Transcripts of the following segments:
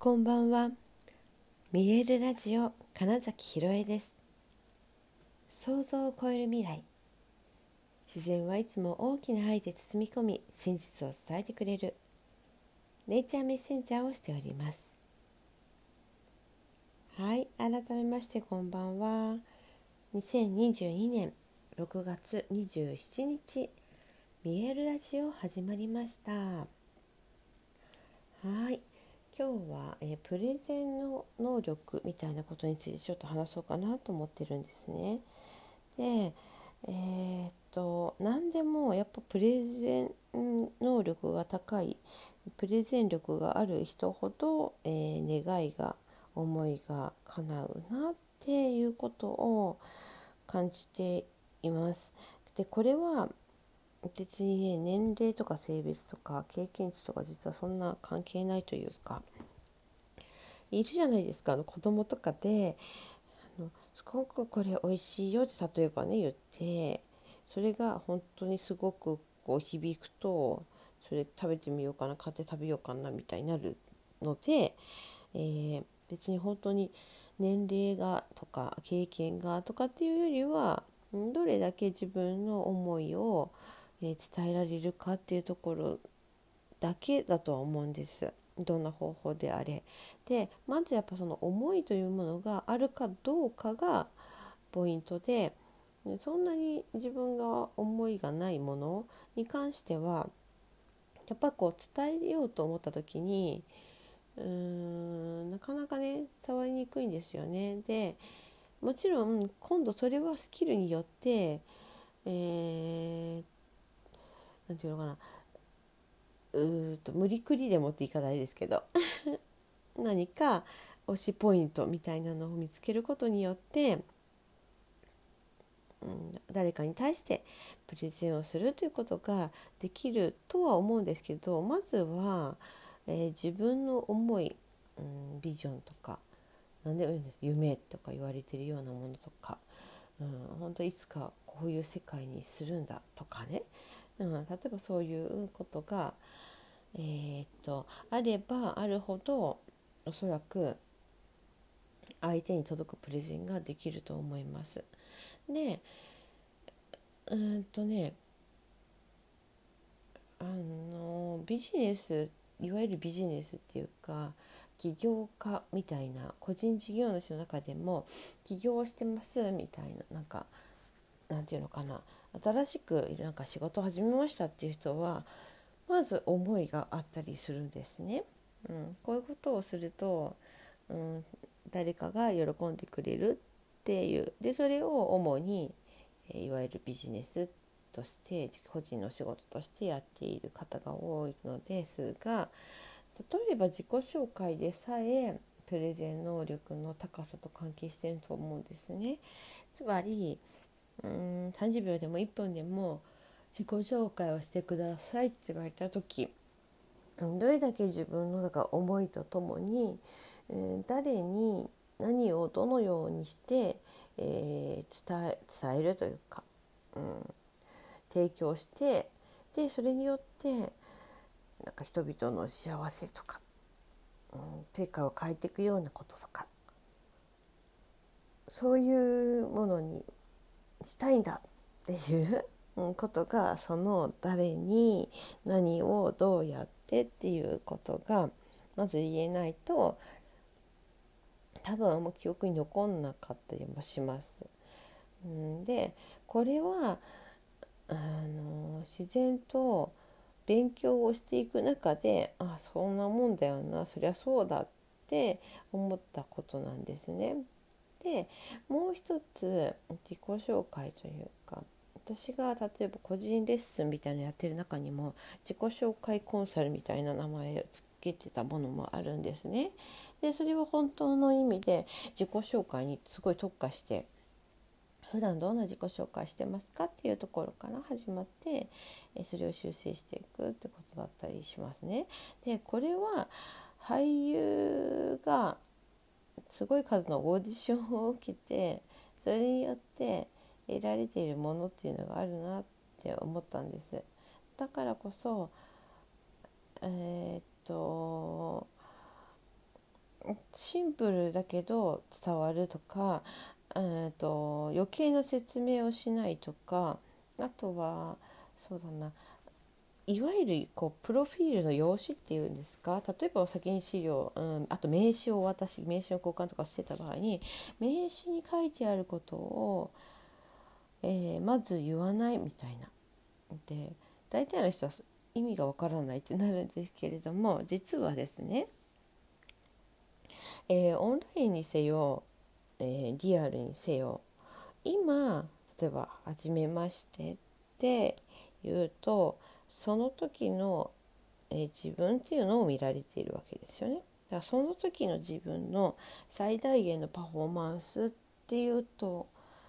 こんばんは。見えるラジオ金崎ひろえです。想像を超える未来。自然はいつも大きな愛で包み込み、真実を伝えてくれるネイチャーメッセンジャーをしております。はい、改めましてこんばんは。2022年6月27日、見えるラジオ始まりました。はい、今日は、プレゼンの能力みたいなことについてちょっと話そうかなと思ってるんですね。で、何でもやっぱプレゼン能力が高い、プレゼン力がある人ほど、願いが思いが叶うなっていうことを感じています。でこれは別にね、年齢とか性別とか経験値とか実はそんな関係ないというか、いるじゃないですか。子供とかですごくこれ美味しいよって例えばね言って、それが本当にすごくこう響くと、それ食べてみようかな、買って食べようかなみたいになるので、別に本当に年齢がとか経験がとかっていうよりは、どれだけ自分の思いを伝えられるかっていうところだけだとは思うんです。どんな方法であれ。でまずやっぱその思いというものがあるかどうかがポイントで、そんなに自分が思いがないものに関してはやっぱこう伝えようと思った時になかなかね伝わりにくいんですよね。でもちろん今度それはスキルによって、なんていうのかな、無理くりでもって言い方ですけど何か推しポイントみたいなのを見つけることによって、誰かに対してプレゼンをするということができるとは思うんですけど、まずは、自分の思い、ビジョンとか何でもいいんです、夢とか言われているようなものとか、本当いつかこういう世界にするんだとかね、例えばそういうことが、あればあるほどおそらく相手に届くプレゼンができると思います。でねビジネス、いわゆるビジネスっていうか起業家みたいな個人事業主の中でも起業してますみたいな、なんていうのかな、新しくなんか仕事を始めましたっていう人はまず思いがあったりするんですね。こういうことをすると、誰かが喜んでくれるっていう、でそれを主にいわゆるビジネスとして個人の仕事としてやっている方が多いのですが、例えば自己紹介でさえプレゼン能力の高さと関係していると思うんですね。つまり30秒でも1分でも自己紹介をしてくださいって言われた時、どれだけ自分の思いとともに、誰に何をどのようにして、伝えるというか、提供して、でそれによって人々の幸せとか、成果を変えていくようなこととか、そういうものにしたいんだっていうことが、その誰に何をどうやってっていうことがまず言えないと、多分もう記憶に残んなかったりもします。でこれは自然と勉強をしていく中で、そんなもんだよな、そりゃそうだって思ったことなんですね。でもう一つ自己紹介というか、私が例えば個人レッスンみたいなのやってる中にも自己紹介コンサルみたいな名前をつけてたものもあるんですね。でそれは本当の意味で自己紹介にすごい特化して、普段どんな自己紹介してますかっていうところから始まって、それを修正していくってことだったりしますね。でこれは俳優がすごい数のオーディションを受けて、それによって得られているものっていうのがあるなって思ったんです。だからこそシンプルだけど伝わるとか、余計な説明をしないとか、あとはそうだな、いわゆるプロフィールの用紙っていうんですか、例えば先に資料、あと名刺を名刺の交換とかしてた場合に、名刺に書いてあることを、まず言わないみたいな。で、大体の人は意味がわからないってなるんですけれども、実はですね、オンラインにせよ、リアルにせよ、今例えば「はじめまして」って言うと、その時の、自分っていうのを見られているわけですよね。だからその時の自分の最大限のパフォーマンスっていうと、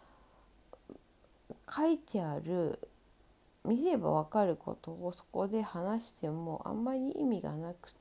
書いてある見れば分かることをそこで話してもあんまり意味がなくって、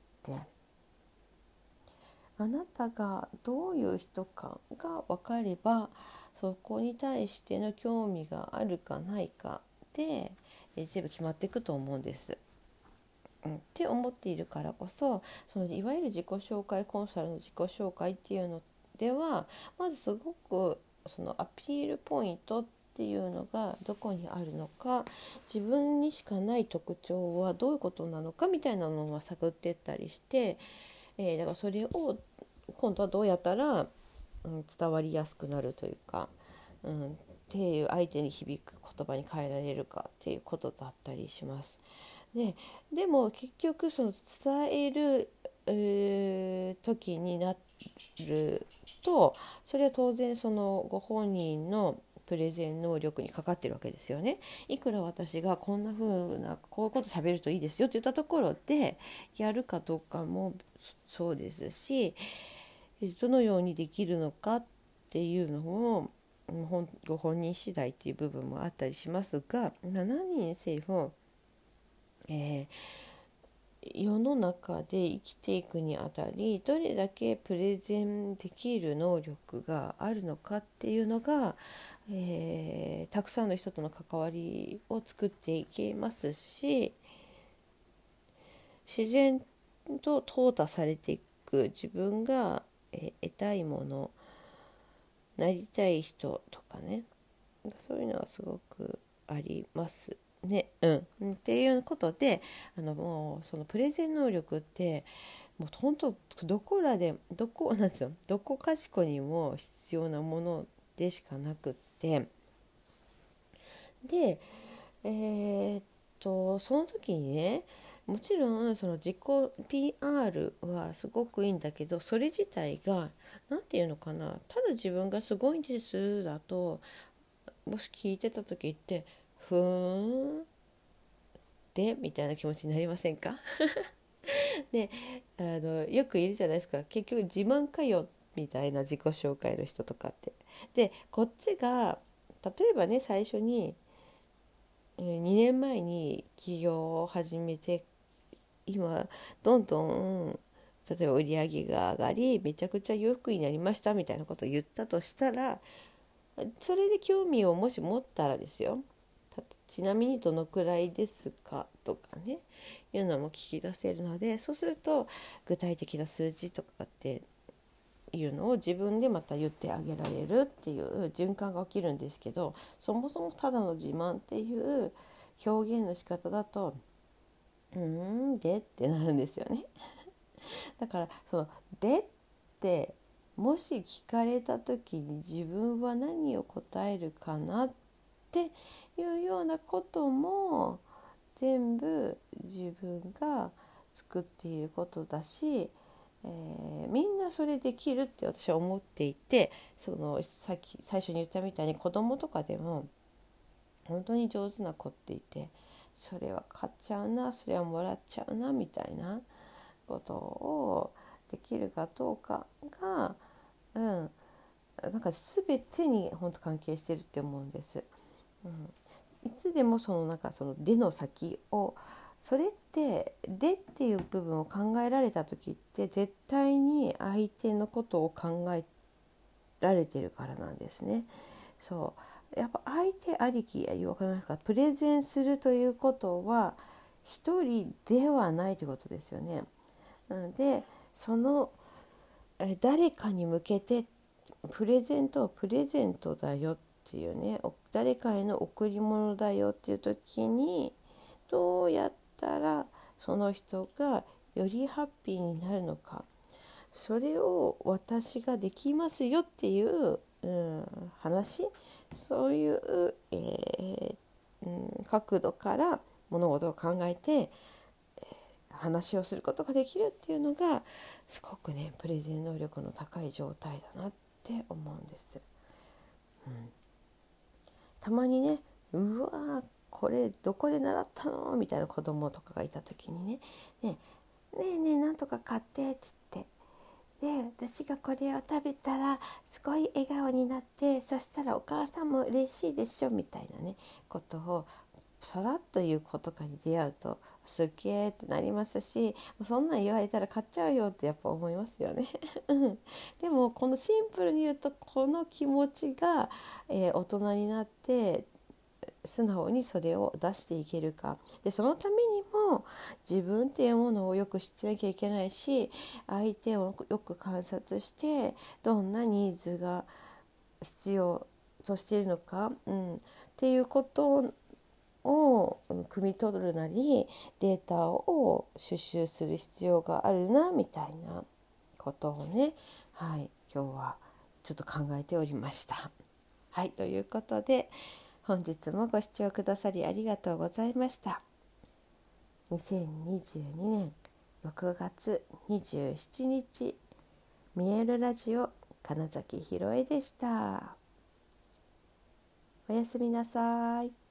あなたがどういう人かが分かれば、そこに対しての興味があるかないかで、全部決まっていくと思うんです。って思っているからこそ、そのいわゆる自己紹介コンサルの自己紹介っていうのでは、まずすごくそのアピールポイントっていうのがどこにあるのか、自分にしかない特徴はどういうことなのかみたいなのを探っていったりして、だからそれを今度はどうやったら、伝わりやすくなるというか、っていう相手に響く言葉に変えられるかっていうことだったりします。でも結局その伝える、時になると、それは当然そのご本人のプレゼン能力にかかってるわけですよね。いくら私がこんな風なこういうこと喋るといいですよって言ったところでやるかどうかもそうですし、どのようにできるのかっていうのをご本人次第っていう部分もあったりしますが、何にせよ、世の中で生きていくにあたり、どれだけプレゼンできる能力があるのかっていうのが、たくさんの人との関わりを作っていけますし、自然と淘汰されていく自分が、得たいもの、なりたい人とかね、そういうのはすごくありますね。っていうことで、もうそのプレゼン能力ってもう本当どこらでどこなんですよ、どこかしこにも必要なものでしかなくって、でその時にね、もちろんその自己 PR はすごくいいんだけど、それ自体が何て言うのかな、ただ自分がすごいんですだと、もし聞いてた時ってふーんでみたいな気持ちになりませんか？で、よくいるじゃないですか、結局自慢かよみたいな自己紹介の人とかって。でこっちが例えばね、最初に2年前に起業を始めて、今どんどん例えば売り上げが上がり、めちゃくちゃ裕福になりましたみたいなことを言ったとしたら、それで興味をもし持ったらですよ、ちなみにどのくらいですかとかね、いうのも聞き出せるので、そうすると具体的な数字とかっていうのを自分でまた言ってあげられるっていう循環が起きるんですけど、そもそもただの自慢っていう表現の仕方だとでってなるんですよね。だからそのでってもし聞かれた時に自分は何を答えるかなっていうようなことも全部自分が作っていることだし、みんなそれできるって私は思っていて、その最初に言ったみたいに子供とかでも本当に上手な子っていて、それは買っちゃうな、それはもらっちゃうなみたいなことをできるかどうかが、なんか全てに本当関係してるって思うんです。いつでもそのなんかそのでの先を、それってでっていう部分を考えられた時って絶対に相手のことを考えられてるからなんですね。そうやっぱ相手ありき、分かりますか？プレゼンするということは一人ではないということですよね。でその誰かに向けてプレゼントはプレゼントだよっていうね、誰かへの贈り物だよっていう時に、どうやったらその人がよりハッピーになるのか、それを私ができますよっていう、話、そういう、角度から物事を考えて話をすることができるっていうのが、すごくねプレゼン能力の高い状態だなって思うんです、たまにね、うわこれどこで習ったのみたいな子供とかがいた時にね、ねえねえなんとか買ってって言って、で私がこれを食べたらすごい笑顔になって、そしたらお母さんも嬉しいでしょみたいなねことをさらっと言う子とかに出会うと、すっげーってなりますし、そんなん言われたら買っちゃうよってやっぱ思いますよねでもこのシンプルに言うと、この気持ちが、大人になって素直にそれを出していけるかで、そのためにも自分っていうものをよく知ってなきゃいけないし、相手をよく観察してどんなニーズが必要としているのか、っていうことを汲み取るなり、データを収集する必要があるなみたいなことをね、はい、今日はちょっと考えておりました。はい、ということで本日もご視聴くださりありがとうございました。2022年6月27日、見えるラジオ金崎ひろえでした。おやすみなさい。